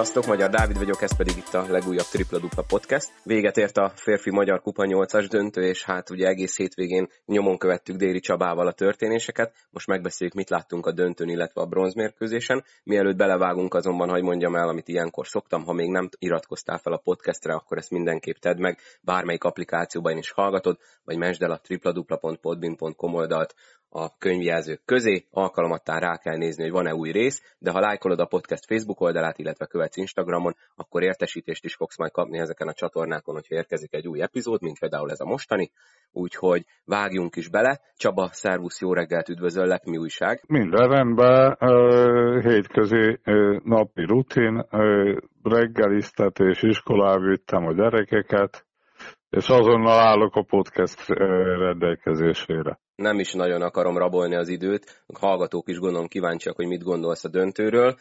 Sziasztok, Magyar Dávid vagyok, ez pedig itt a legújabb Tripla Dupla Podcast. Véget ért a férfi magyar kupa 8-as döntő, és hát ugye egész hétvégén nyomon követtük Déri Csabával a történéseket. Most megbeszéljük, mit láttunk a döntőn, illetve a bronzmérkőzésen. Mielőtt belevágunk, azonban hadd mondjam el, amit ilyenkor szoktam, ha még nem iratkoztál fel a podcastre, akkor ezt mindenképp tedd meg, bármelyik applikációban is hallgatod, vagy mentsd el a tripladupla.podbean.com oldalt a könyvjelzők közé, alkalomattán rá kell nézni, hogy van-e új rész, de ha lájkolod a podcast Facebook oldalát, illetve követsz Instagramon, akkor értesítést is fogsz majd kapni ezeken a csatornákon, hogyha érkezik egy új epizód, mint például ez a mostani, úgyhogy vágjunk is bele. Csaba, szervusz, jó reggelt, üdvözöllek, mi újság? Minden rendben, hétközi napi rutin, reggeliztetés, iskolába vittem a gyerekeket, és azonnal állok a podcast rendelkezésére. Nem is nagyon akarom rabolni az időt, a hallgatók is gondolom kíváncsiak, hogy mit gondolsz a döntőről.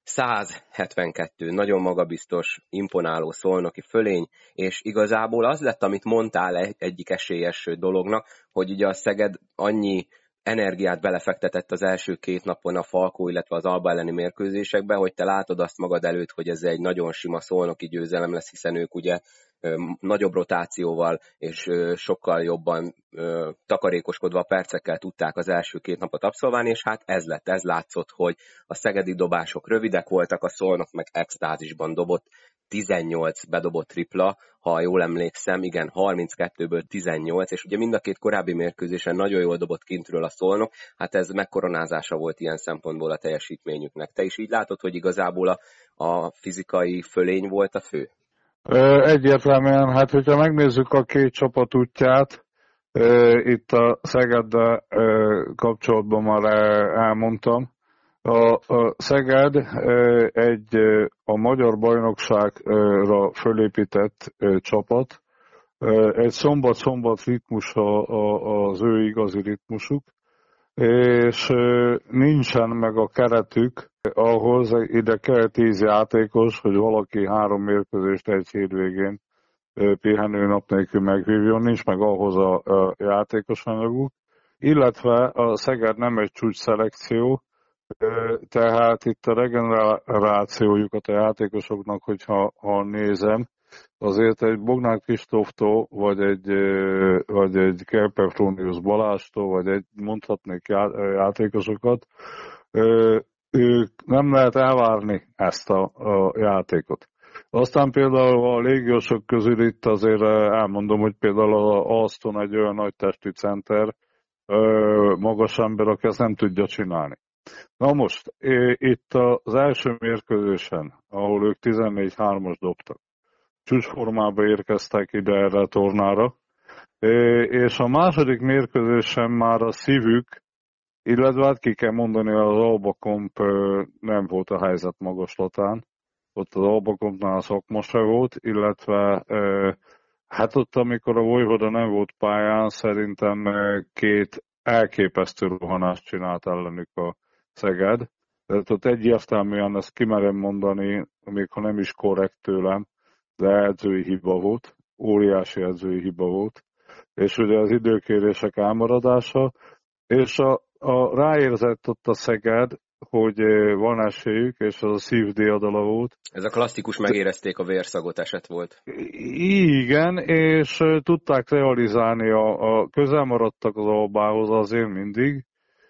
172, nagyon magabiztos, imponáló szolnoki fölény, és igazából az lett, amit mondtál egyik esélyes dolognak, hogy ugye a Szeged annyi energiát belefektetett az első két napon a Falkó, illetve az Alba elleni mérkőzésekbe, hogy te látod azt magad előtt, hogy ez egy nagyon sima szolnoki győzelem lesz, hiszen ők ugye nagyobb rotációval és sokkal jobban takarékoskodva a percekkel tudták az első két napot abszolválni, és hát ez látszott, hogy a szegedi dobások rövidek voltak, a Szolnok meg extázisban dobott, 18 bedobott tripla, ha jól emlékszem, igen, 32-ből 18, és ugye mind a két korábbi mérkőzésen nagyon jól dobott kintről a Szolnok, hát ez megkoronázása volt ilyen szempontból a teljesítményüknek. Te is így látod, hogy igazából a fizikai fölény volt a fő? Egyértelműen, hát hogyha megnézzük a két csapat útját, itt a Szegeddel kapcsolatban már elmondtam. A Szeged a magyar bajnokságra fölépített csapat, egy szombat-szombat ritmus az ő igazi ritmusuk, és nincsen meg a keretük ahhoz, ide kell 10 játékos, hogy valaki 3 mérkőzést egy hétvégén pihenő nap nélkül megvívjon, nincs meg ahhoz a játékos anyaguk, illetve a Szeged nem egy csúcsszelekció, tehát itt a regenerációjukat a játékosoknak, hogyha nézem, azért egy Bognár Kristóftól, vagy egy Kerpefrónius Balástól, vagy mondhatnék játékosokat, ők nem lehet elvárni ezt a játékot. Aztán például a légiósok közül itt azért elmondom, hogy például a Alston egy olyan nagy testű center, magas ember, aki ezt nem tudja csinálni. Na most, itt az első mérkőzésen, ahol ők 14-3-as dobtak, csúcsformába érkeztek ide erre a tornára, és a második mérkőzésen már a szívük, illetve hát ki kell mondani, az Alba Comp nem volt a helyzet magaslatán, ott az Alba Compnál a szakma se volt, illetve hát ott, amikor a Vojvoda nem volt pályán, szerintem két elképesztő rohanást csinált ellenük a Szeged. Tehát ott egyértelműen ezt kimerem mondani, még ha nem is korrekt tőlem, de edzői hiba volt, óriási edzői hiba volt, és ugye az időkérések elmaradása, és ráérzett ott a Szeged, hogy van esélyük, és az a szívdiadala volt. Ez a klasszikus megérezték a vérszagot eset volt. Igen, és tudták realizálni, közel maradtak az Albához azért mindig.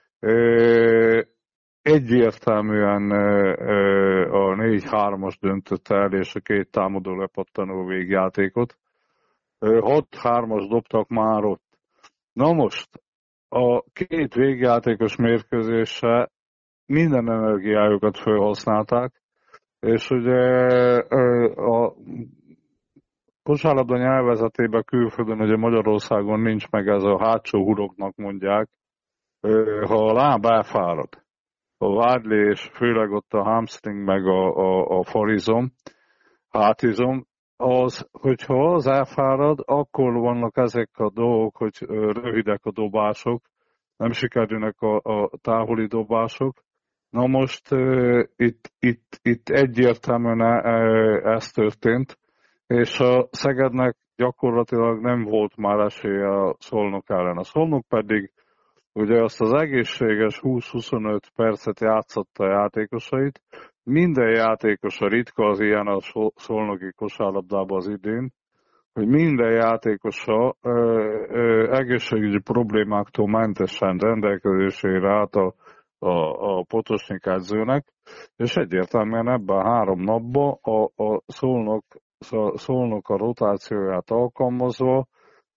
Egyértelműen a 4-3-as döntött el, és a két támadó lepattanó végjátékot. 6-3-as dobtak már ott. Na most, a két végjátékos mérkőzése minden energiájukat felhasználták, és ugye a kosárlabda nyelvezetében külföldön, ugye Magyarországon nincs meg ez a hátsó huroknak mondják, ha a láb elfárad, a vádli és főleg ott a hamstring meg a farizom, hátizom, az, hogyha az elfárad, akkor vannak ezek a dolgok, hogy rövidek a dobások, nem sikerülnek a távoli dobások. Na most itt egyértelműen ez történt, és a Szegednek gyakorlatilag nem volt már esélye a Szolnok ellen. A Szolnok pedig ugye azt az egészséges 20-25 percet játszotta a játékosait, minden játékosa ritka az ilyen a szolnoki kosárlabdában az idén, hogy minden játékosa egészségügyi problémáktól mentesen rendelkezésére állt a Potosnyik edzőnek, és egyértelműen ebben a 3 napban a Szolnok a rotációját alkalmazva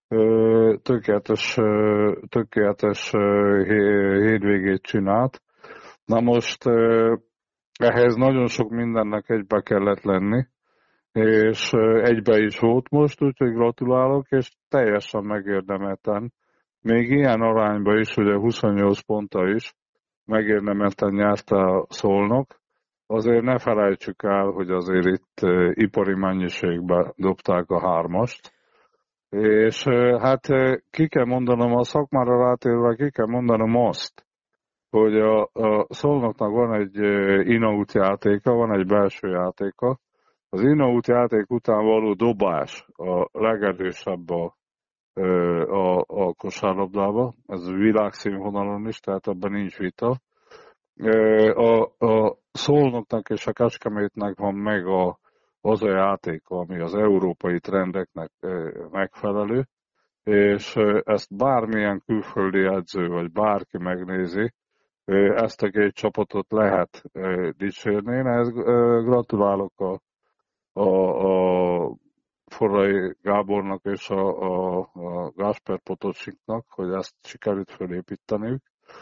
tökéletes hétvégét csinált. Na most ehhez nagyon sok mindennek egybe kellett lenni, és egybe is volt most, úgyhogy gratulálok, és teljesen megérdemelten. Még ilyen arányban is, ugye 28 ponttal is megérdemelten nyerte a Szolnok. Azért ne felejtsük el, hogy azért itt ipari mennyiségben dobták a 3-ast. És hát ki kell mondanom, a szakmára rátérve ki kell mondanom azt, hogy a Szolnoknak van egy in-out játéka, van egy belső játéka. Az in-out játék után való dobás a legerősebb a kosárlabdába, ez világszínvonalon is, tehát abban nincs vita. A Szolnoknak és a Kecskemétnek van meg az a játék, ami az európai trendeknek megfelelő, és ezt bármilyen külföldi edző, vagy bárki megnézi, ezt a 2 csapatot lehet dicsérni. Én ehhez gratulálok a Forrai Gábornak és a Gásper Potocsiknak, hogy ezt sikerült felépíteniük.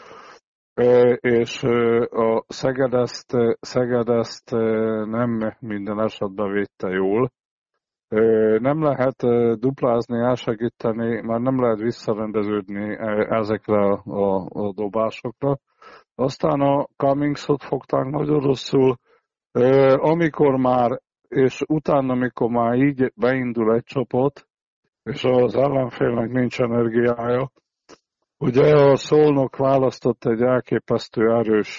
És a Szeged ezt nem minden esetben védte jól. Nem lehet duplázni, elsegíteni, már nem lehet visszarendeződni ezekre a dobásokra. Aztán a Cummingsot fogták nagyon rosszul, amikor már, és utána, amikor már így beindul egy csapat, és az ellenfélnek nincs energiája, ugye a Szolnok választott egy elképesztő erős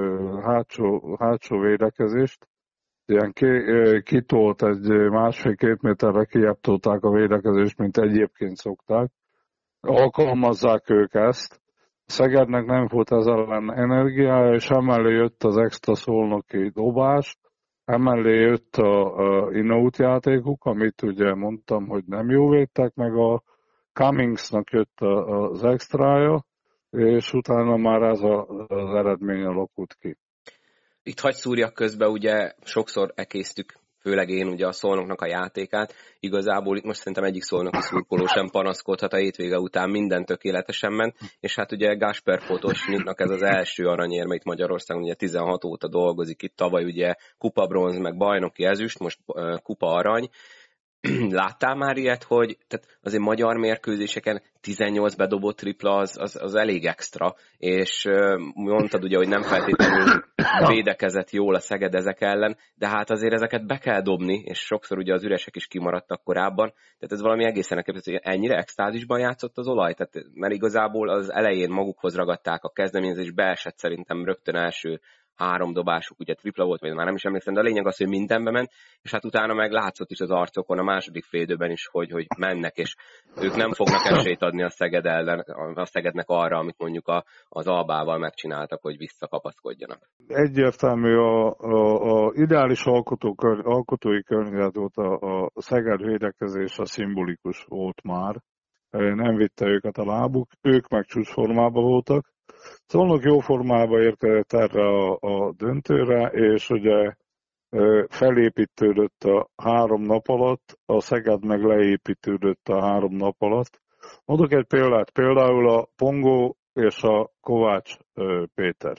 hátsó védekezést, ilyen kitolt egy 1,5-2 méterre kijebb tolták a védekezést, mint egyébként szokták. Alkalmazzák ők ezt. Szegednek nem volt ez ellen energiája, és emellé jött az extra szolnoki dobás, emellé jött a in-out játékuk, amit ugye mondtam, hogy nem jó védtek, meg a Cummingsnak jött az extrája, és utána már ez az eredmény alakult ki. Itt hagy szúrjak közbe, ugye sokszor ekésztük, főleg én ugye a Szolnoknak a játékát. Igazából itt most szerintem egyik szolnoki szurkoló sem panaszkodhat, a hétvége után minden tökéletesen ment, és hát ugye Gásper Potosnyiknak ez az első aranyérme itt Magyarországon, ugye 16 óta dolgozik itt, tavaly ugye kupa bronz, meg bajnoki ezüst, most kupa arany. Láttál már ilyet, hogy tehát azért magyar mérkőzéseken 18 bedobott tripla az elég extra, és mondtad ugye, hogy nem feltétlenül védekezett jól a Szeged ezek ellen, de hát azért ezeket be kell dobni, és sokszor ugye az üresek is kimaradtak korábban, tehát ez valami egészen elképesztő, hogy ennyire extázisban játszott az olaj, tehát, mert igazából az elején magukhoz ragadták a kezdeményezés, beesett szerintem rögtön első 3 dobásuk, ugye tripla volt, vagy már nem is emlékszem, de a lényeg az, hogy mindenbe ment, és hát utána meg látszott is az arcokon a második félidőben is, hogy mennek, és ők nem fognak esélyt adni a Szeged ellen, a Szegednek arra, amit mondjuk az Albával megcsináltak, hogy visszakapaszkodjanak. Egyértelmű a ideális alkotói környezet volt a Szeged védekezés, a szimbolikus volt már. Nem vitte őket a lábuk, ők meg csúcsformában voltak. Szolnok jó formában érkezett erre a döntőre, és ugye felépítődött a 3 nap alatt, a Szeged meg leépítődött a 3 nap alatt. Mondok egy példát, például a Pongó és a Kovács Péter.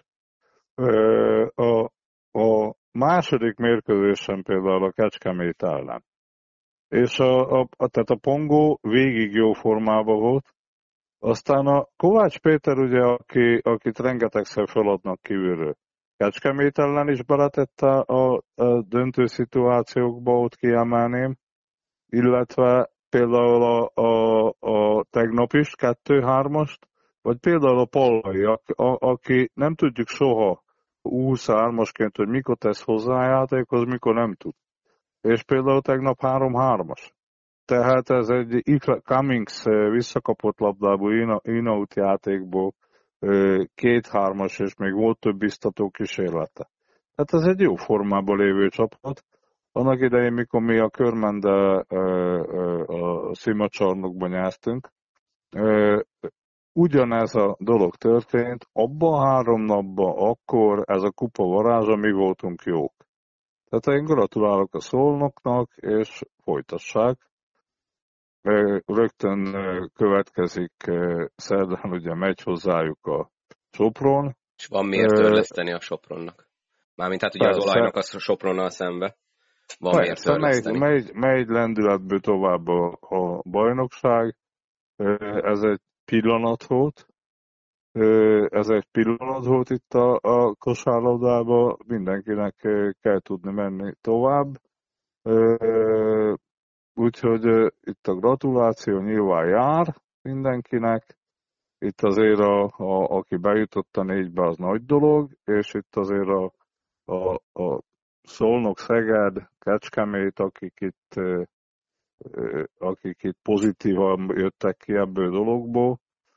A második mérkőzésen például a Kecskemét ellen. És tehát a Pongó végig jó formában volt. Aztán a Kovács Péter, ugye, akit rengetegszer feladnak kívülről. Kecskemét ellen is beletette a döntő szituációkba, ott kiemelném, illetve például a tegnap is 2-3-ast, vagy például a Pallai, aki nem tudjuk soha 23-asként, hogy mikor tesz hozzájátékhoz, mikor nem tud. És például tegnap 3-3-as. Tehát ez egy Cummings visszakapott labdából, in-out játékból 2-3-as, és még volt több biztató kísérlete. Tehát ez egy jó formában lévő csapat. Annak idején, mikor mi a Körmende a szimacsarnokban nyertünk, ugyanez a dolog történt, abban 3 napban akkor ez a kupa varázsa, mi voltunk jók. Tehát én gratulálok a Szolnoknak, és folytassák. Rögtön következik szerdán, ugye megy hozzájuk a Sopron. És van miért törleszteni a Sopronnak. Mármint hát ugye az Olajnak a Sopronnal szembe. Van miért törleszteni. Megy lendületből tovább a bajnokság. Ez egy pillanat volt. Itt a kosárlabdában. Mindenkinek kell tudni menni tovább. Úgyhogy itt a gratuláció nyilván jár mindenkinek. Itt azért, aki bejutott a 4-be, az nagy dolog, és itt azért a Szolnok, Szeged, Kecskemét, akik itt pozitívan jöttek ki ebből a dologból,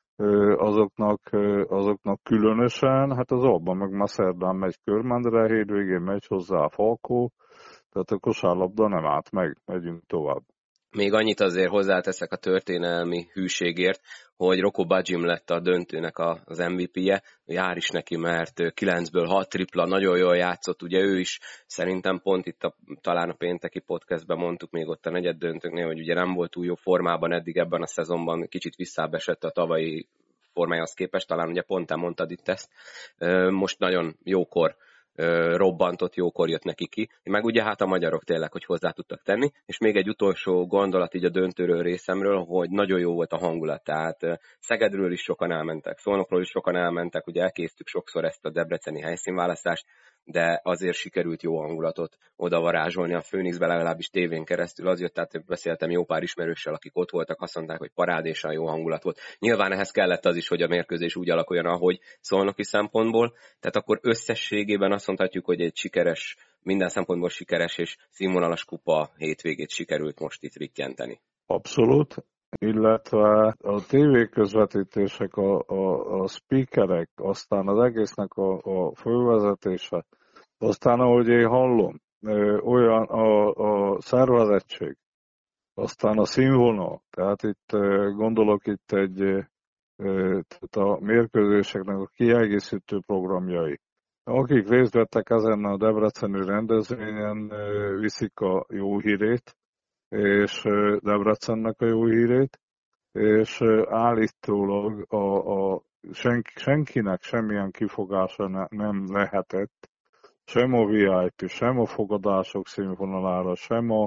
azoknak különösen, hát az abban meg ma szerdán megy Körmendre, hétvégén megy hozzá a Falkó, tehát a kosárlabda nem állt meg, megyünk tovább. Még annyit azért hozzáteszek a történelmi hűségért, hogy Roko Bajim lett a döntőnek az MVP-je, jár is neki, mert 9-ből 6 tripla, nagyon jól játszott, ugye ő is szerintem pont itt talán a pénteki podcastben mondtuk még ott a negyed döntőknél, hogy ugye nem volt túl jó formában eddig ebben a szezonban, kicsit visszábbesett a tavalyi formájához képest, talán ugye pont te mondtad itt ezt, most nagyon jókor robbantott, jókor jött neki ki, meg ugye hát a magyarok tényleg, hogy hozzá tudtak tenni, és még egy utolsó gondolat így a döntőről részemről, hogy nagyon jó volt a hangulat, tehát Szegedről is sokan elmentek, Szolnokról is sokan elmentek, ugye elkésztük sokszor ezt a debreceni helyszínválasztást, de azért sikerült jó hangulatot oda varázsolni a Főnixbe, legalábbis tévén keresztül az jött, tehát beszéltem jó pár ismerőssel, akik ott voltak, azt mondták, hogy parádésan jó hangulat volt. Nyilván ehhez kellett az is, hogy a mérkőzés úgy alakuljon, ahogy szolnoki szempontból, tehát akkor összességében azt mondhatjuk, hogy egy sikeres, minden szempontból sikeres és színvonalas kupa hétvégét sikerült most itt rittyenteni. Abszolút, illetve a tévéközvetítések, a speakerek, aztán az egésznek a fővezetése, aztán ahogy én hallom, olyan a szervezettség, aztán a színvonal, tehát itt gondolok itt tehát a mérkőzéseknek a kiegészítő programjai. Akik részt vettek ezen a debreceni rendezvényen, viszik a jó hírét, és Debrecennek a jó hírét, és állítólag senkinek semmilyen kifogása nem lehetett, sem a VIP, sem a fogadások színvonalára, sem a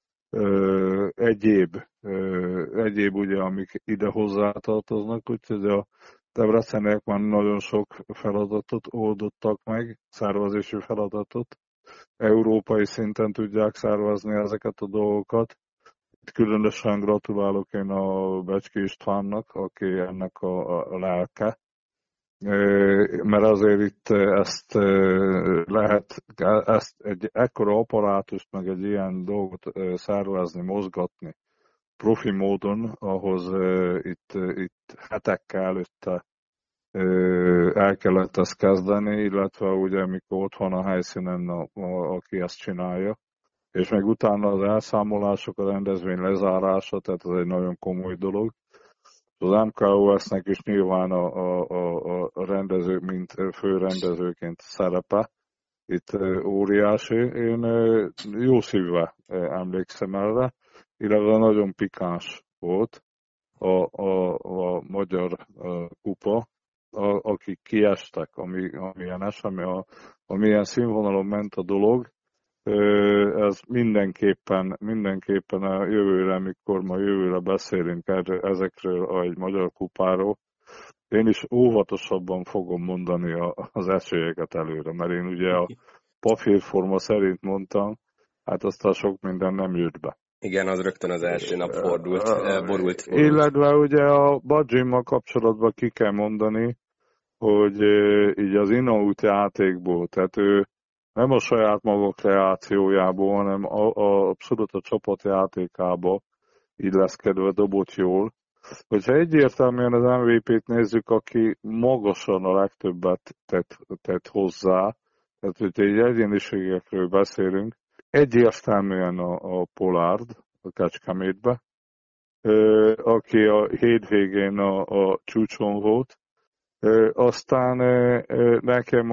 egyéb ugye, amik ide hozzátartoznak, úgyhogy a debreceniek már nagyon sok feladatot oldottak meg, szervezési feladatot. Európai szinten tudják szervezni ezeket a dolgokat. Itt különösen gratulálok én a Becski Istvánnak, aki ennek a lelke, mert azért itt ezt egy ekkora apparátust, meg egy ilyen dolgot szervezni, mozgatni profi módon, ahhoz itt hetekkel előtte el kellett ezt kezdeni, illetve ugye amikor ott van a helyszínen, aki ezt csinálja, és meg utána az elszámolások, a rendezvény lezárása, tehát ez egy nagyon komoly dolog. Az MKOS-nek is nyilván a rendező, mint főrendezőként szerepe itt óriási. Én jó szívvel emlékszem erre, illetve nagyon pikáns volt a magyar kupa, akik kiestek, amilyen esemény, amilyen színvonalon ment a dolog. Ez mindenképpen a jövőre, amikor ma jövőre beszélünk ezekről egy magyar kupáról, én is óvatosabban fogom mondani az esélyeket előre, mert én ugye a papírforma szerint mondtam, hát aztán sok minden nem jött be. Igen, az rögtön az első nap borult. Illetve ugye a Bajimmal kapcsolatban ki kell mondani, hogy így az in-out játékból, tehát ő nem a saját maga kreációjából, hanem abszolút a csapatjátékába illeszkedve dobott jól. Hogyha egyértelműen az MVP-t nézzük, aki magasan a legtöbbet tett hozzá, tehát hogyha egy egyéniségekről beszélünk, egyértelműen a Pollard a Kecskemétbe, aki a hétvégén a csúcson volt. Aztán nekem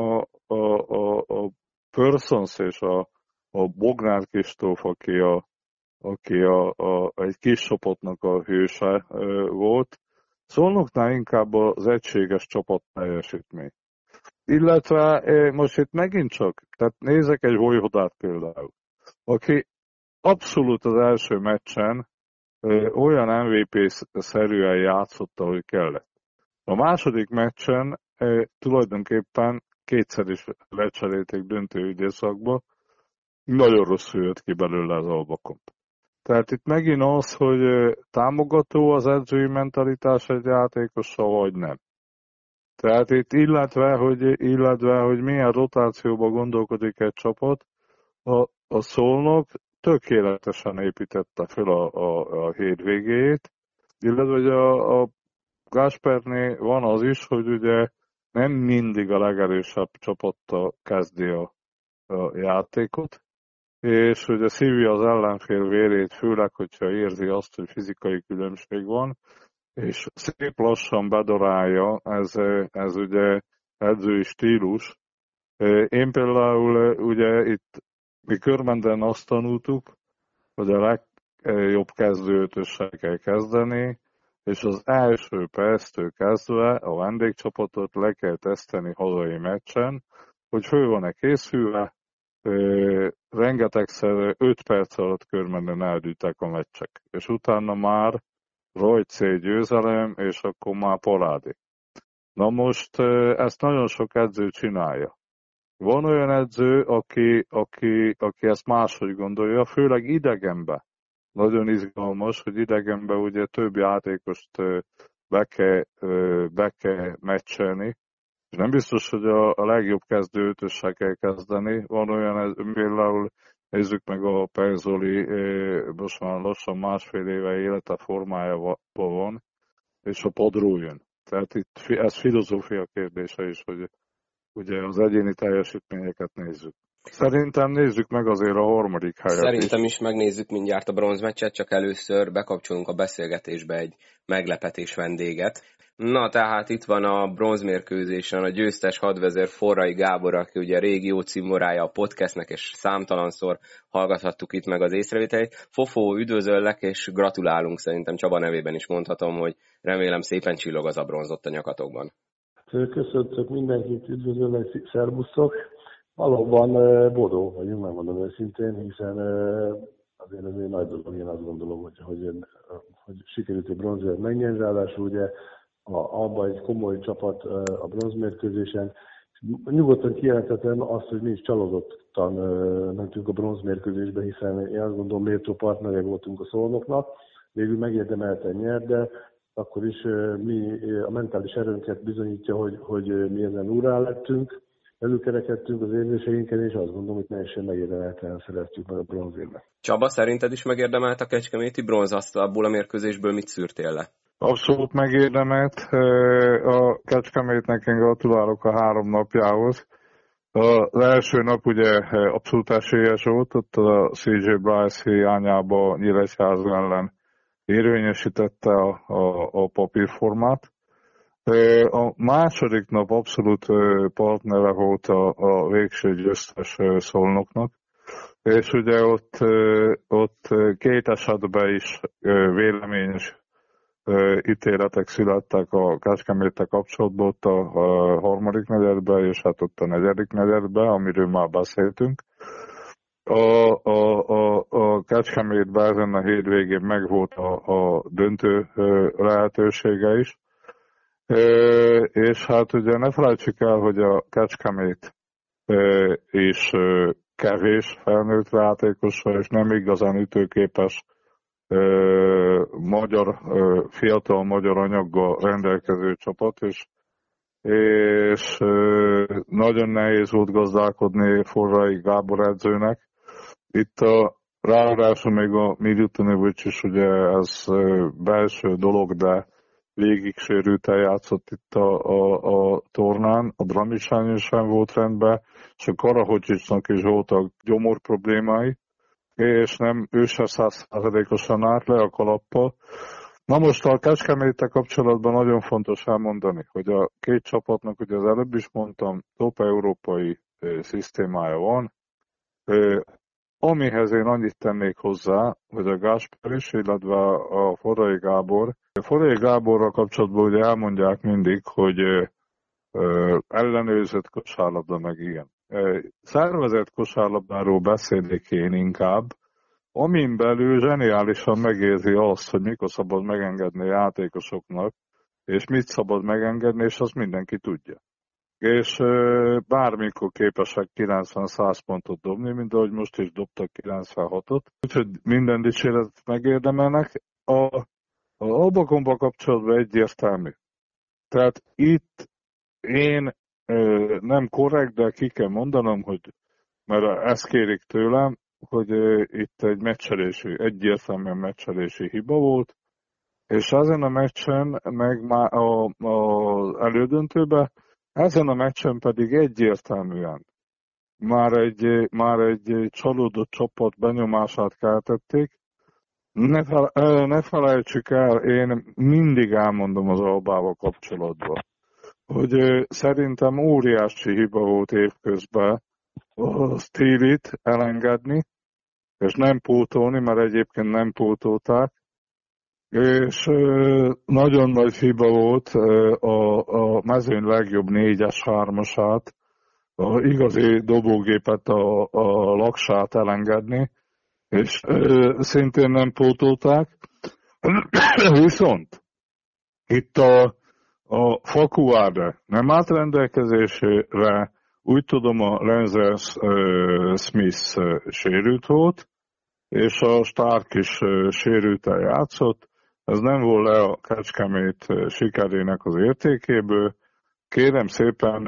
a Persons és a Bognár Kristóf, aki egy kis csapatnak a hőse volt, Szolnoknál inkább az egységes csapat teljesítmény. Illetve most itt megint csak, tehát nézek egy Vojvodát például, aki abszolút az első meccsen olyan MVP-szerűen játszott, ahogy kellett. A második meccsen tulajdonképpen kétszer is lecserélték döntő időszakba, nagyon rosszul jött ki belőle az Albakomp. Tehát itt megint az, hogy támogató az edzői mentalitás egy játékossal, vagy nem. Tehát itt illetve, hogy milyen rotációban gondolkodik egy csapat, a Szolnok tökéletesen építette fel a hétvégéjét, illetve hogy a Gásperné van az is, hogy ugye nem mindig a legerősebb csapattal kezdi a játékot, és ugye szívja az ellenfél vérét, főleg, hogyha érzi azt, hogy fizikai különbség van, és szép lassan bedorálja, ez ugye edzői stílus. Én például ugye itt mi Körmenden azt tanultuk, hogy a legjobb kezdőötössel kell kezdeni, és az első perctől kezdve a vendégcsapatot le kell teszteni hazai meccsen, hogy föl van-e készülve, rengetegszer 5 perc alatt Körmenden eldűltek a meccsek, és utána már Rojcé győzelem, és akkor már parádé. Na most ezt nagyon sok edző csinálja. Van olyan edző, aki ezt máshogy gondolja, főleg idegenbe. Nagyon izgalmas, hogy idegenbe ugye több játékost be kell meccselni, és nem biztos, hogy a legjobb kezdő ötössel kell kezdeni. Van olyan, például nézzük meg a Perzoli, most már lassan másfél éve élete formájában van, és a padról jön. Tehát itt ez filozófia kérdése is, hogy ugye az egyéni teljesítményeket nézzük. Szerintem nézzük meg azért a harmadik helyet. Szerintem is megnézzük mindjárt a bronzmeccset, csak először bekapcsolunk a beszélgetésbe egy meglepetés vendéget. Na, tehát itt van a bronzmérkőzésen a győztes hadvezér Forrai Gábor, aki ugye régió címmorája a podcastnek, és számtalanszor hallgathattuk itt meg az észrevételét. Fofó, üdvözöllek, és gratulálunk, szerintem Csaba nevében is mondhatom, hogy remélem szépen csillog az a bronzott a nyakatokban. Köszöntök mindenkit, üdvözöllek, szervusztok! Valóban boldog vagyunk, megmondom őszintén, hiszen azért ez egy nagy dolog, én azt gondolom, hogy sikerült egy bronzért megnyerni, ráadásul ugye abban egy komoly csapat a bronzmérkőzésen. Nyugodtan kijelenthetem azt, hogy mi is csalódottan mentünk a bronzmérkőzésbe, hiszen én azt gondolom, méltó partnere voltunk a Szolnoknak, végül megérdemelten nyert, de akkor is mi a mentális erőnket bizonyítja, hogy mi ezen úrrá lettünk, előkerekedtünk az érzéseinken, és azt gondolom, hogy teljesen megérdemelten szereztük meg a bronzérmet. Csaba, szerinted is megérdemelt a kecskeméti bronz? Azt abból a mérkőzésből mit szűrtél le? Abszolút megérdemelt. A Kecskemétnek én gratulálok a 3 napjához. Az első nap ugye abszolút esélyes volt, ott a CJ Bryce hiányába Nyíregyháza ellen érvényesítette a papírformát. A második nap abszolút partnere volt a végső győztes Szolnoknak, és ugye ott 2 esetben is véleményes ítéletek születtek a Kecskeméttel kapcsolatban, ott a harmadik negyedben, és hát ott a negyedik negyedben, amiről már beszéltünk. A Kecskemétben ezen a hétvégén megvolt a döntő lehetősége is, és hát ugye ne felejtsük el, hogy a Kecskemét is kevés felnőtt játékosra, és nem igazán ütőképes fiatal magyar anyaggal rendelkező csapat, és nagyon nehéz volt gazdálkodni Forrai Gábor edzőnek. Itt Ráadásul még a Milutinovic is ugye ez belső dolog, de végig sérülten játszott itt a tornán, a Dramicsányi sem volt rendben, és a Karahocsicsnak is voltak gyomor problémái, és nem, ő se 100%-osan állt le a kalappal. Na most a Kecskeméttel kapcsolatban nagyon fontos elmondani, hogy a két csapatnak, ugye az előbb is mondtam, top európai szisztémája van, amihez én annyit tennék hozzá, hogy a Gáspár is, illetve a Forrai Gábor. A Forrai Gáborral kapcsolatban ugye elmondják mindig, hogy ellenőrzött kosárlabda meg ilyen. Szervezett kosárlabdáról beszélnék én inkább, amin belül zseniálisan megérzi azt, hogy mikor szabad megengedni a játékosoknak, és mit szabad megengedni, és azt mindenki tudja. És bármikor képesek 90-100 pontot dobni, mint ahogy most is dobtak 96-ot, úgyhogy minden dicséretet megérdemelnek. A Albakomba kapcsolatban egyértelmű. Tehát itt én nem korrekt, de ki kell mondanom, hogy mert ezt kérik tőlem, hogy itt egy egyértelműen meccselési hiba volt, és ezen a meccsen, meg már az elődöntőben, ezen a meccsen pedig egyértelműen már egy csalódott csapat benyomását keltették. Ne felejtsük el, én mindig elmondom az Albával kapcsolatban, hogy szerintem óriási hiba volt évközben a Stílit elengedni, és nem pótolni, mert egyébként nem pótolták, és nagyon nagy hiba volt a mezőny legjobb 4-es 3-asát, a igazi dobógépet, a Laksát elengedni, és szintén nem pótolták. Viszont itt a Fakuáde nem állt rendelkezésére, úgy tudom a Lenzers Smith sérült volt, és a Stark is sérülten játszott. Ez nem volt le a Kecskemét sikerének az értékéből. Kérem szépen,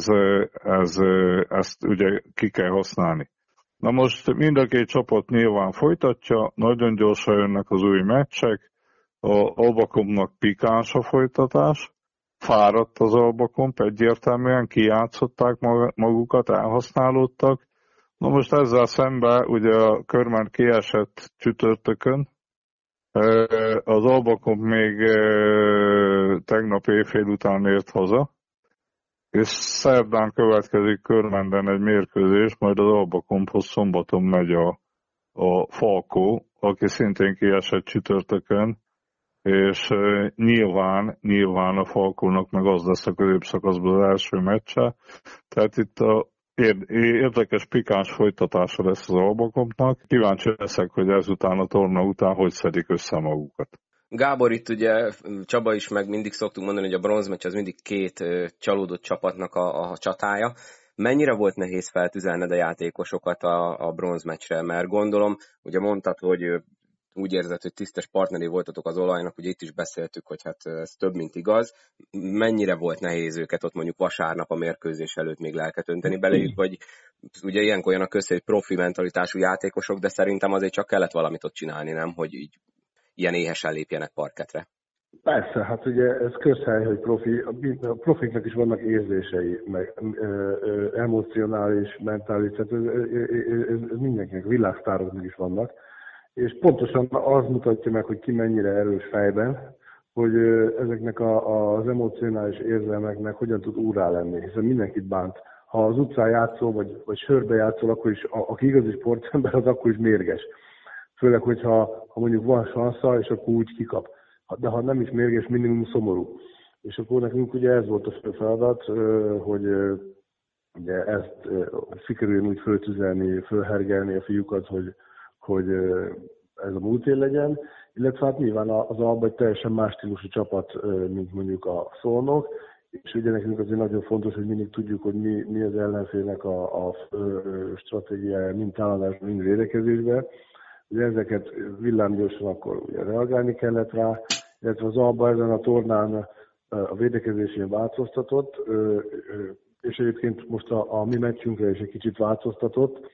ezt ugye ki kell használni. Na most mind a két csapat nyilván folytatja, nagyon gyorsan jönnek az új meccsek, a Albakomnak pikáns a folytatás, fáradt az Albakomp, egyértelműen kijátszották magukat, elhasználódtak. Na most ezzel szemben ugye a Körmán kiesett csütörtökön, az Albakomp még tegnap éjfél után ért haza, és szerdán következik Körmenden egy mérkőzés, majd az Albakomphoz szombaton megy a Falkó, aki szintén kiesett csütörtökön, és nyilván a Falkónak meg az lesz a középszakaszban az első meccse. Tehát itt érdekes pikáns folytatása lesz az Albakompnak. Kíváncsi leszek, hogy ezután a torna után hogy szedik össze magukat. Gábor, itt ugye Csaba is, meg mindig szoktunk mondani, hogy a bronzmeccs az mindig két csalódott csapatnak a csatája. Mennyire volt nehéz feltüzelned a játékosokat a bronzmeccsre? Mert gondolom, ugye mondtad, hogy úgy érzed, hogy tisztes partneri voltatok az olajnak, ugye itt is beszéltük, hogy hát ez több, mint igaz. Mennyire volt nehéz őket ott mondjuk vasárnap a mérkőzés előtt még lelket önteni belejük, vagy ugye ilyenkor jön a közé, hogy profi mentalitású játékosok, de szerintem azért csak kellett valamit ott csinálni, nem? Hogy így ilyen éhesen lépjenek parketre. Persze, hát ugye ez közhely, hogy a profiknak is vannak érzései, meg emocionális, mentális, tehát ez mindenkinek, világsztároknak is vannak, és pontosan az mutatja meg, hogy ki mennyire erős fejben, hogy ezeknek az emocionális érzelmeknek hogyan tud úrrá lenni, hiszen mindenkit bánt. Ha az utcán játszol, vagy sörbe játszol, akkor is, aki igazi sportember, az akkor is mérges. Főleg, hogyha mondjuk van sansza, és akkor úgy kikap. De ha nem is mérges, minimum szomorú. És akkor nekünk ugye ez volt a fő feladat, hogy ugye ezt sikerüljön úgy föltüzelni, fölhergelni a fiúkat, hogy ez a múlt év legyen. Illetve hát nyilván az Alba egy teljesen más stílusú csapat, mint mondjuk a Szolnok. És ugye nekünk azért nagyon fontos, hogy mindig tudjuk, hogy mi az ellenfélnek a stratégiája, mind támadásban, mind védekezésben. Ugye ezeket villámgyorsan akkor ugye reagálni kellett rá, illetve az Alba ezen a tornán a védekezésén változtatott, és egyébként most a mi meccsünkre is egy kicsit változtatott,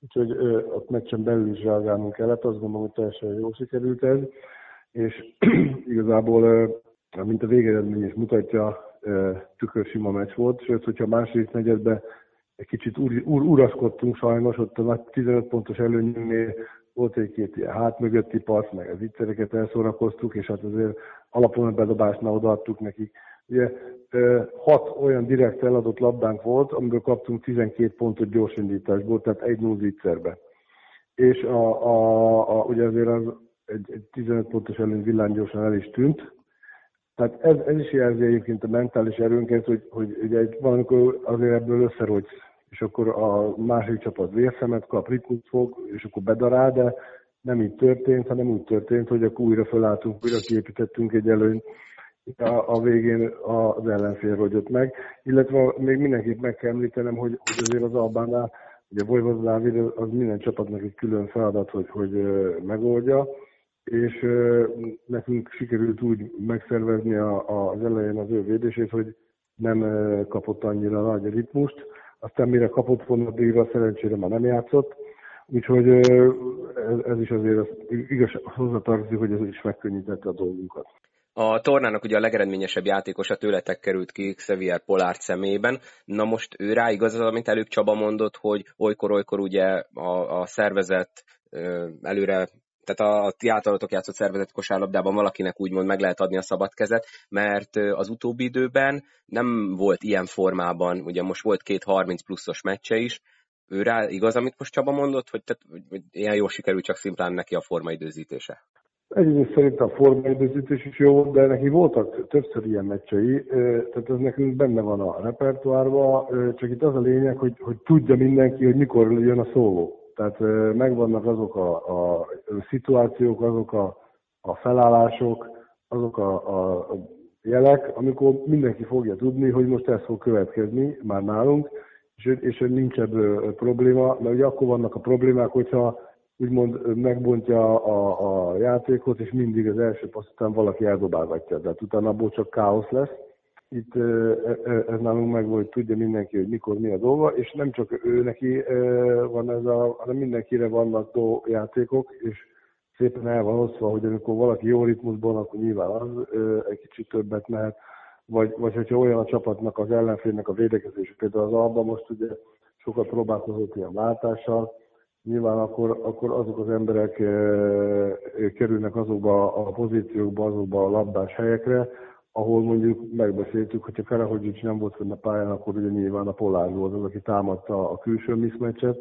úgyhogy a meccsen belül is reagálnunk kellett, azt gondolom, hogy teljesen jól sikerült ez, és igazából, mint a végeredmény is mutatja, tükörsima meccs volt, sőt, hogyha a második negyedben egy kicsit uraszkodtunk sajnos, ott a nagy 15 pontos előnyünknél volt egy-két ilyen hátmögötti passz, meg az ígyszereket elszórakoztuk, és hát azért alapon a bedobásnál odaadtuk nekik. Ugye 6 olyan direkt eladott labdánk volt, amiből kaptunk 12 pontot gyorsindításból, tehát 1-0 ígyszerbe. És ugye azért az egy 15 pontos előny villámgyorsan el is tűnt. Tehát ez is jelzi egyébként a mentális erőnket, hogy ugye valamikor azért ebből összerogysz, és akkor a másik csapat vérszemet kap, ritmust fog, és akkor bedarál, de nem így történt, hanem úgy történt, hogy akkor újra fölálltunk, újra kiépítettünk egy előnyt, a végén az ellenfél rogyott meg. Illetve még mindenképp meg kell említenem, hogy azért az Albánál, ugye Vojvoda Dávid az minden csapatnak egy külön feladat, hogy megoldja, és nekünk sikerült úgy megszervezni az elején az ő védését, hogy nem kapott annyira nagy ritmust, aztán mire kapott volna addigra, szerencsére már nem játszott, úgyhogy ez is azért igaz hozzátartozik, hogy ez is megkönnyítette a dolgunkat. A tornának ugye a legeredményesebb játékosa tőletek került ki Xavier Pollard személyében. Na most ő rá igaz az, amit előbb Csaba mondott, hogy olykor ugye a szervezet előre, tehát a ti általatok játszott szervezett kosárlabdában valakinek úgymond meg lehet adni a szabad kezet, mert az utóbbi időben nem volt ilyen formában, ugye most volt 2 30 pluszos meccse is, ő rá igaz, amit most Csaba mondott, hogy ilyen jól sikerült, csak szimplán neki a formaidőzítése? Egyrészt szerintem a formaidőzítés is jó, de neki voltak többször ilyen meccsei, tehát ez nekünk benne van a repertoárban, csak itt az a lényeg, hogy tudja mindenki, hogy mikor jön a szóló. Tehát megvannak azok a szituációk, azok a felállások, azok a jelek, amikor mindenki fogja tudni, hogy most ez fog következni már nálunk, és nincs ebből probléma, mert ugye akkor vannak a problémák, hogyha úgymond megbontja a játékot, és mindig az első passz után valaki eldobálgatja, tehát utána abból csak káosz lesz. Itt ez nálunk megvan, hogy tudja mindenki, hogy mikor mi a dolga, és nem csak ő neki van ez hanem mindenkire vannak játékok, és szépen el van osztva, hogy amikor valaki jó ritmusban, akkor nyilván az egy kicsit többet mehet, vagy hogyha olyan a csapatnak, az ellenfélnek a védekezés, például az Alba most ugye sokat próbálkozott ilyen váltással, nyilván akkor azok az emberek kerülnek azokba a pozíciókba, azokba a labdás helyekre, ahol mondjuk megbeszéltük, hogyha Karahodzic nem volt fenn a pályán, akkor ugye nyilván a Pollard volt az, aki támadta a külső mismatchet.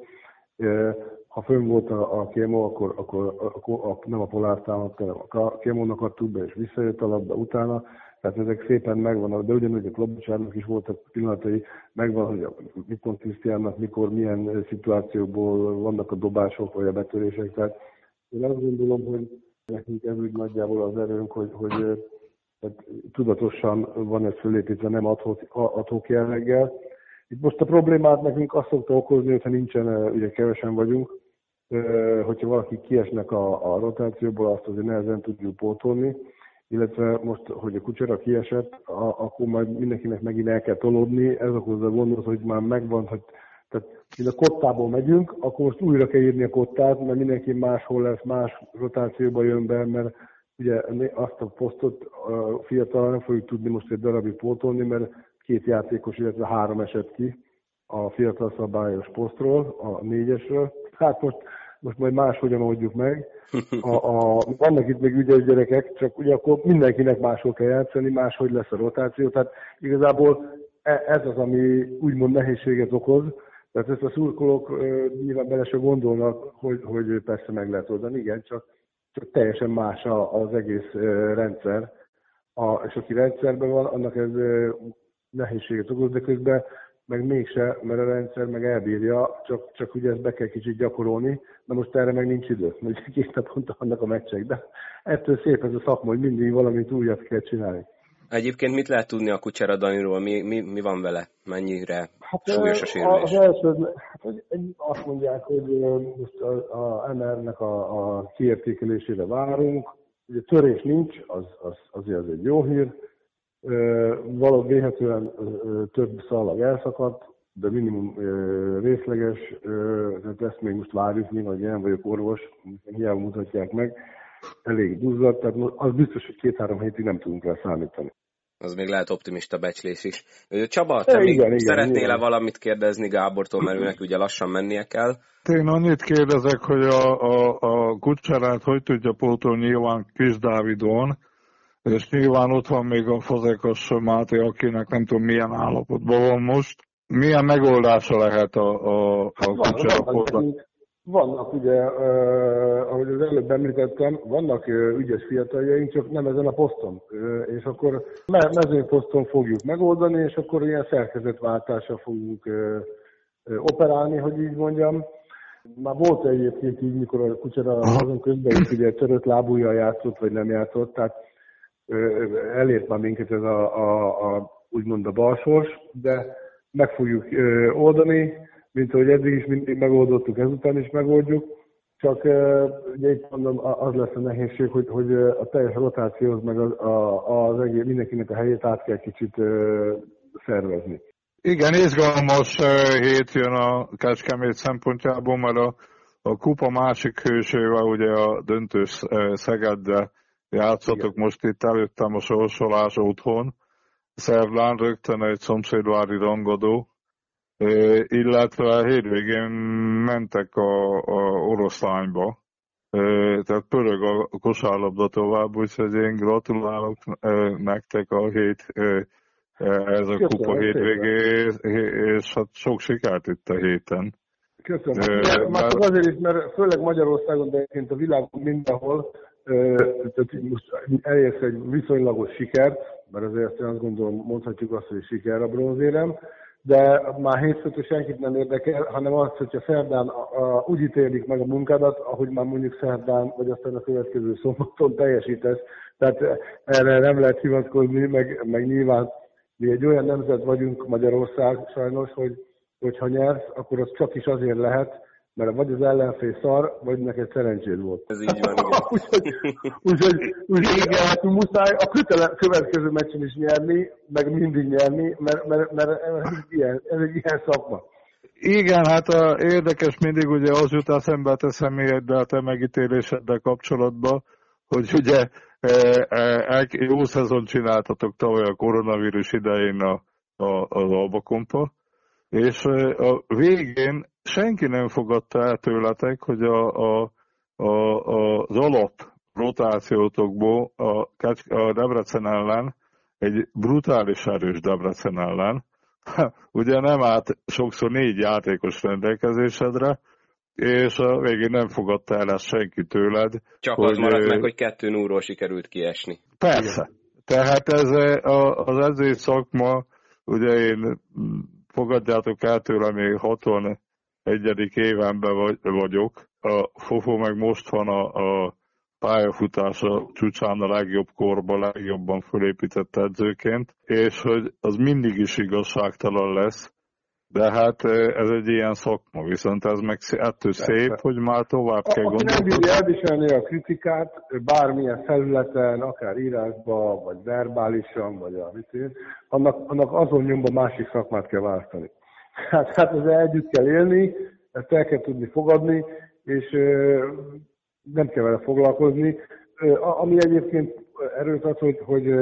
Ha fönn volt a Kémo, akkor nem a Pollard támadta, hanem a Kémónak adtuk be, és visszajött a labda utána. Tehát ezek szépen megvannak, de ugyanúgy a Klobucsárnak is voltak pillanatai, megvan, hogy a Viktor Krisztiánnak mikor, milyen szituációkból vannak a dobások vagy a betörések. Tehát én azt gondolom, hogy nekünk ez úgy nagyjából az erőnk, hogy tehát tudatosan van ez fölépítve, nem ad-hoc jelleggel. Itt most a problémát nekünk azt szokta okozni, hogyha nincsen, ugye kevesen vagyunk, hogyha valaki kiesnek a rotációból, azt azért nehezen tudjuk pótolni, illetve most, hogy a Kucsera kiesett, akkor majd mindenkinek megint el kell tolódni, ez okozza a gondot, hogy már megvan, hogy tehát a kottából megyünk, akkor most újra kell írni a kottát, mert mindenki máshol lesz, más rotációba jön be, mert ugye azt a posztot fiatal nem fogjuk tudni most egy darabig pótolni, mert 2 játékos, illetve 3 esett ki a fiatal szabályos posztról, a 4-esről. Hát most majd máshogyan oldjuk meg. Vannak itt még ügyes gyerekek, csak ugye akkor mindenkinek máshol kell játszani, máshogy lesz a rotáció. Tehát igazából ez az, ami úgymond nehézséget okoz. Tehát ezt a szurkolók nyilván bele se gondolnak, hogy persze meg lehet oldani. Igen, csak teljesen más az egész rendszer. És aki rendszerben van, annak ez nehézséget okoz, de közben meg mégse, mert a rendszer meg elbírja, csak ugye ezt be kell kicsit gyakorolni, de most erre meg nincs idő, mert 2 naponta vannak a meccsek, de ettől szép ez a szakma, hogy mindig valamit újat kell csinálni. Egyébként mit lehet tudni a Kucsera Daniról? Mi van vele? Mennyire súlyos a sérülés? Az első, azt mondják, hogy most a MR-nek a kiértékelésére várunk. Ugye törés nincs, azért egy jó hír. Valahogy véhetően több szalag elszakadt, de minimum részleges, tehát ezt még most várjuk, nyilván, hogy nem vagyok orvos, hiába mutatják meg, elég duzzadt, tehát az biztos, hogy 2-3 hétig nem tudunk rá számítani. Az még lehet optimista becslés is. Csaba, te még szeretnél-e valamit kérdezni Gábortól, mert őnek ugye lassan mennie kell? Én annyit kérdezek, hogy a Kucserát hogy tudja pótolni, nyilván Kis Dávidon, és nyilván ott van még a Fazekas Máté, akinek nem tudom milyen állapotban van most. Milyen megoldása lehet a Kucserát? Vannak ugye, ahogy az előbb említettem, vannak ügyes fiataljaink, csak nem ezen a poszton. És akkor mezőposzton fogjuk megoldani, és akkor ilyen szerkezetváltással fogunk operálni, hogy így mondjam. Már volt egyébként így, mikor a Kucsera azon közben is ugye törött lábújjal játszott, vagy nem játszott, tehát elért már minket ez úgymond a balsors, de meg fogjuk oldani, mint ahogy eddig is mindig megoldottuk, ezután is megoldjuk. Csak ugye itt mondom, az lesz a nehézség, hogy a teljes rotációhoz meg az egész, mindenkinek a helyét át kell kicsit szervezni. Igen, izgalmas hét jön a Kecskemét szempontjából, mert a kupa másik hősével, ugye a döntős Szegeddel játszatok most itt előttem a sorsolás otthon. Szerdán rögtön egy szomszédvári rangadó, illetve hétvégén mentek a oroszlányba, tehát pörög a kosárlabda tovább, úgyhogy én gratulálok nektek a ez a kupa hétvégé, és hát sok sikert itt a héten. Köszönöm. Már azért is, mert főleg Magyarországon, de egyébként a világon mindenhol, tehát most elérsz egy viszonylagos sikert, mert azért azt gondolom, mondhatjuk azt, hogy siker a bronzérem, de már hétfőtől senkit nem érdekel, hanem az, hogyha szerdán úgy ítélik meg a munkádat, ahogy már mondjuk szerdán, vagy aztán a következő szombaton teljesítesz. Tehát erre nem lehet hivatkozni, meg nyilván mi egy olyan nemzet vagyunk, Magyarország sajnos, hogy ha nyersz, akkor az csak is azért lehet, mert vagy az ellenfél szar, vagy neked szerencséd volt. Ez így van, igen. Úgyhogy igen, muszáj a következő meccsen is nyerni, meg mindig nyerni, mert ez egy ilyen szakma. Igen, hát érdekes mindig ugye az jut eszembe te személyeddel, a te megítéléseddel kapcsolatban, hogy ugye jó szezon csináltatok tavaly a koronavírus idején az Albakompa, és a végén senki nem fogadta el tőletek, hogy az alap rotációtokból a Debrecen ellen, egy brutális erős Debrecen ellen, ugye nem állt sokszor 4 játékos rendelkezésedre, és a végén nem fogadta el ezt senki tőled. Csak az maradt meg, hogy 2-0-ról sikerült kiesni. Persze. Tehát ez az edzői szakma, ugye én fogadjátok el tőle, még 61. évenben vagyok. A Fofó meg most van a pályafutása csúcsán a legjobb korban, legjobban fölépített edzőként, és hogy az mindig is igazságtalan lesz, de hát ez egy ilyen szakma, viszont ez meg ettől szép, hogy már tovább kell gondolni. Aki nem bírja elviselni a kritikát, bármilyen felületen, akár írásban, vagy verbálisan, vagy annak azon nyomban másik szakmát kell választani. Hát ezzel együtt kell élni, ezt el kell tudni fogadni, és nem kell vele foglalkozni. Ami egyébként erőt ad, hogy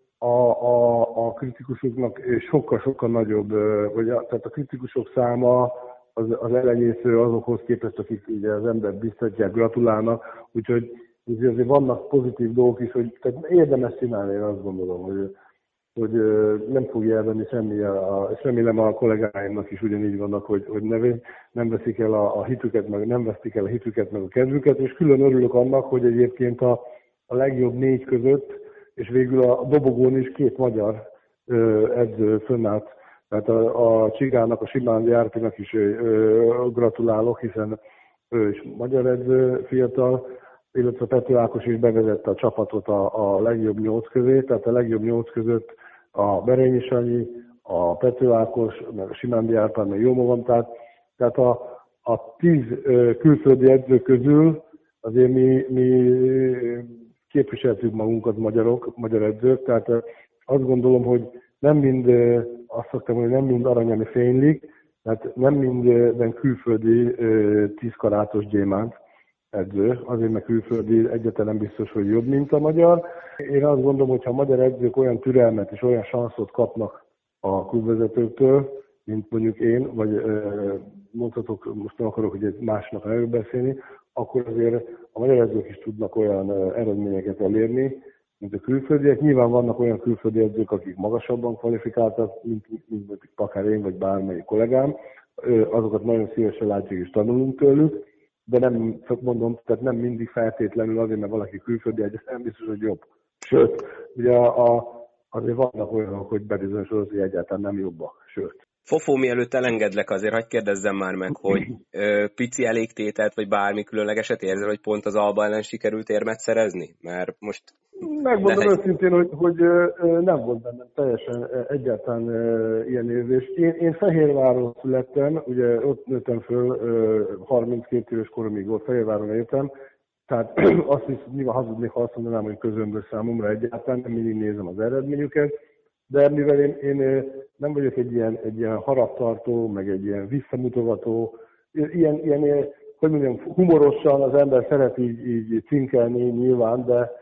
a kritikusoknak sokkal-sokkal nagyobb, tehát a kritikusok száma az elenyésző azokhoz képest, akik ugye az embert biztatják, gratulálnak, úgyhogy azért vannak pozitív dolgok is, hogy tehát érdemes csinálni, én azt gondolom, hogy nem fogja elvenni semmi, és remélem a kollégáimnak is ugyanígy vannak, hogy nem veszik el a hitüket, meg nem veszik el a hitüket, meg a kedvüket, és külön örülök annak, hogy egyébként a legjobb 4 között, és végül a dobogón is 2 magyar edző fönnállt. Tehát a Csigának, a Simán Járpinak is gratulálok, hiszen ő is magyar edző, fiatal, illetve Pető Ákos is bevezette a csapatot a legjobb 8 közé, tehát a legjobb 8 között a Berényi Sanyi, a Pető Ákos, meg a Simán Járpán, meg jó magam, tehát a 10 külföldi edző közül azért mi képviseltük magunkat magyar edzők, tehát azt gondolom, hogy nem mind, azt szoktam mondani, nem mind arany, ami fénylik, Tehát nem minden külföldi 10 karátos gyémánt edző, azért mert külföldi egyáltalán biztos, hogy jobb, mint a magyar. Én azt gondolom, hogy ha a magyar edzők olyan türelmet és olyan sanszot kapnak a klubvezetőktől, mint mondjuk én, vagy mondhatok, most nem akarok, hogy egy másnak előbb beszélni, akkor azért a magyar edzők is tudnak olyan eredményeket elérni, mint a külföldiek. Nyilván vannak olyan külföldi edzők, akik magasabban kvalifikáltak, mint akár én, vagy bármelyik kollégám. Azokat nagyon szívesen látjuk és tanulunk tőlük, de nem, csak mondom, tehát nem mindig feltétlenül azért, mert valaki külföldi edző, nem biztos, hogy jobb. Sőt, ugye azért vannak olyanok, hogy bebizonyosodott, hogy egyáltalán nem jobbak. Sőt. Fofó, mielőtt elengedlek, azért hadd kérdezzem már meg, hogy pici elégtételt, vagy bármi különlegeset érzel, hogy pont az Alba ellen sikerült érmet szerezni? Mert most... Megmondom őszintén, hogy nem volt bennem teljesen egyáltalán ilyen érzés. Én Fehérváron születtem, ugye ott nőttem föl, 32 éves koromig ott Fehérváron éltem, tehát azt is nyilván hazudnék, ha azt mondanám, hogy közömbös számomra egyáltalán, nem mindig nézem az eredményüket, de mivel én nem vagyok egy ilyen haragtartó, meg egy ilyen visszamutogató, ilyen hogy mondjam, humorosan az ember szeret így cinkelni nyilván,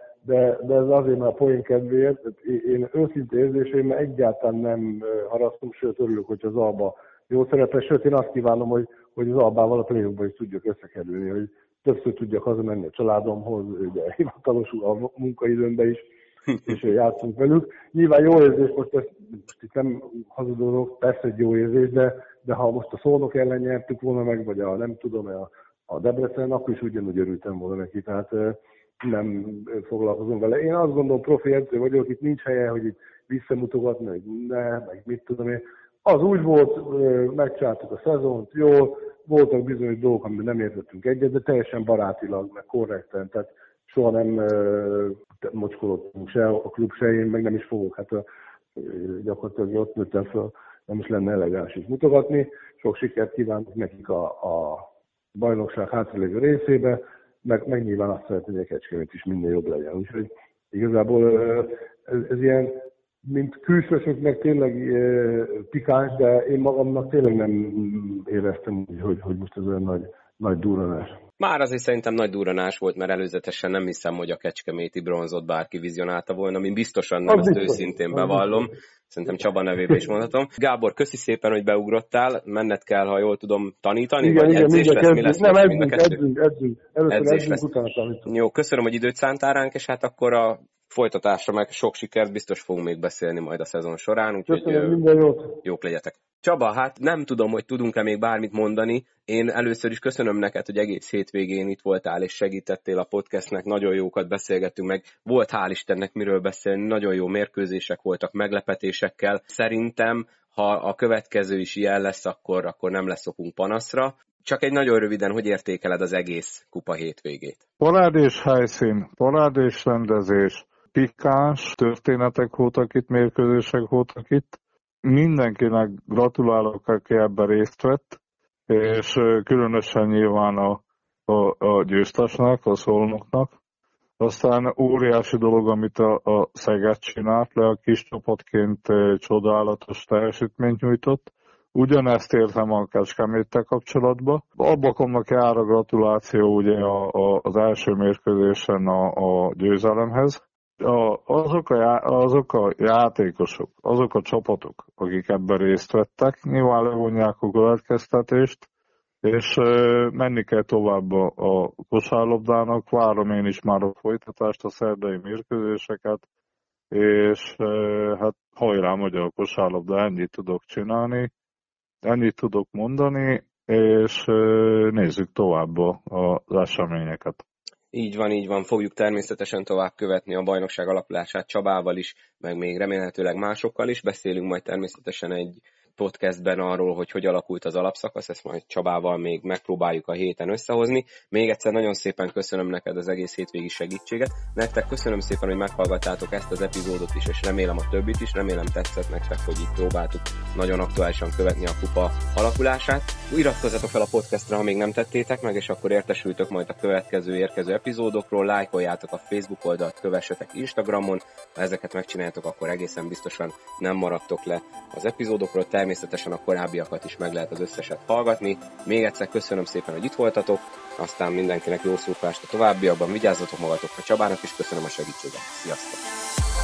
de ez azért már a poén kedvéért. Én őszinte érzéseim egyáltalán nem harasztom, sőt örülök, hogy az Alba jól szerepel, sőt én azt kívánom, hogy az Albával a play-offban is tudjak összekerülni, hogy többször tudjak hazamenni a családomhoz, ugye hivatalosul a munkaidőmben is, és játszunk velük. Nyilván jó érzés, most itt nem hazudolok, persze egy jó érzés, de ha most a Szolnok ellen nyertük volna meg, vagy nem tudom, a Debrecen, akkor is ugyanúgy örültem volna neki, tehát nem foglalkozom vele. Én azt gondolom, profi edző vagyok, itt nincs helye, hogy itt visszamutogatni, meg mit tudom én. Az úgy volt, megcsináltuk a szezont, jól, voltak bizonyos dolgok, amiben nem értettünk egyet, de teljesen barátilag, meg korrekten, tehát soha nem mocskolottunk se a klub, se én, meg nem is fogok. Hát gyakorlatilag ott nőttem fel, nem is lenne elegáns is mutogatni. Sok sikert kívánok nekik a bajnokság hátralévő részébe, meg nyilván azt szeretném, hogy a Kecskemét is minél jobb legyen. Úgyhogy igazából ez ilyen, mint külsősöknek tényleg pikáns, de én magamnak tényleg nem éreztem, hogy most ez olyan nagy durranás. Már azért szerintem nagy durranás volt, mert előzetesen nem hiszem, hogy a kecskeméti bronzot bárki vizionálta volna, mint biztosan nem, ezt őszintén bevallom. Szerintem Csaba nevében is mondhatom. Gábor, köszi szépen, hogy beugrottál. Menned kell, ha jól tudom, tanítani? Igen, vagy edzés lesz? Mi lesz? Nem, edzünk. Először edzünk, utána tanítunk. Jó, köszönöm, hogy időt szántál ránk, és hát akkor a folytatásra meg sok sikert, biztos fogunk még beszélni majd a szezon során, úgyhogy minden jót. Jók legyetek. Csaba, hát nem tudom, hogy tudunk-e még bármit mondani. Én először is köszönöm neked, hogy egész hétvégén itt voltál és segítettél a podcastnek, nagyon jókat beszélgettünk meg. Volt hál' Istennek miről beszélni, nagyon jó mérkőzések voltak meglepetésekkel. Szerintem, ha a következő is ilyen lesz, akkor nem lesz okunk panaszra. Csak egy nagyon röviden, hogy értékeled az egész kupa hétvégét? Parádés helyszín, parádés rendezés, pikáns történetek voltak itt, mérkőzések voltak itt. Mindenkinek gratulálok, aki ebben részt vett, és különösen nyilván a győztesnek, a Szolnoknak. Aztán óriási dolog, amit a Szeged csinált le, a kis csapatként csodálatos teljesítményt nyújtott. Ugyanezt értem a Kecskeméttel kapcsolatban. Albakomnak jár a gratuláció ugye az első mérkőzésen a győzelemhez. Azok a játékosok, azok a csapatok, akik ebben részt vettek, nyilván levonják a következtetést, és menni kell tovább a kosárlabdának. Várom én is már a folytatást, a szerdai mérkőzéseket, és hát hajrá magyar kosárlabda, ennyit tudok csinálni, ennyit tudok mondani, és nézzük tovább az eseményeket. Így van, fogjuk természetesen tovább követni a bajnokság alakulását Csabával is, meg még remélhetőleg másokkal is. Beszélünk majd természetesen egy podcastben arról, hogy alakult az alapszakasz, ezt majd Csabával még megpróbáljuk a héten összehozni. Még egyszer nagyon szépen köszönöm neked az egész hétvégi segítséget. Nektek köszönöm szépen, hogy meghallgattátok ezt az epizódot is, és remélem a többit is. Remélem tetszett nektek, hogy itt próbáltuk nagyon aktuálisan követni a kupa alakulását. Iratkozzatok fel a podcastra, ha még nem tettétek meg, és akkor értesültök majd a következő érkező epizódokról. Lájkoljátok a Facebook oldalt, kövessetek Instagramon. Ha ezeket megcsináljátok, akkor egészen biztosan nem maradtok le az epizódokról. természetesen a korábbiakat is meg lehet az összeset hallgatni. Még egyszer köszönöm szépen, hogy itt voltatok, aztán mindenkinek jó szurkolást a továbbiakban, vigyázzatok magatokra, Csabának is köszönöm a segítséget. Sziasztok!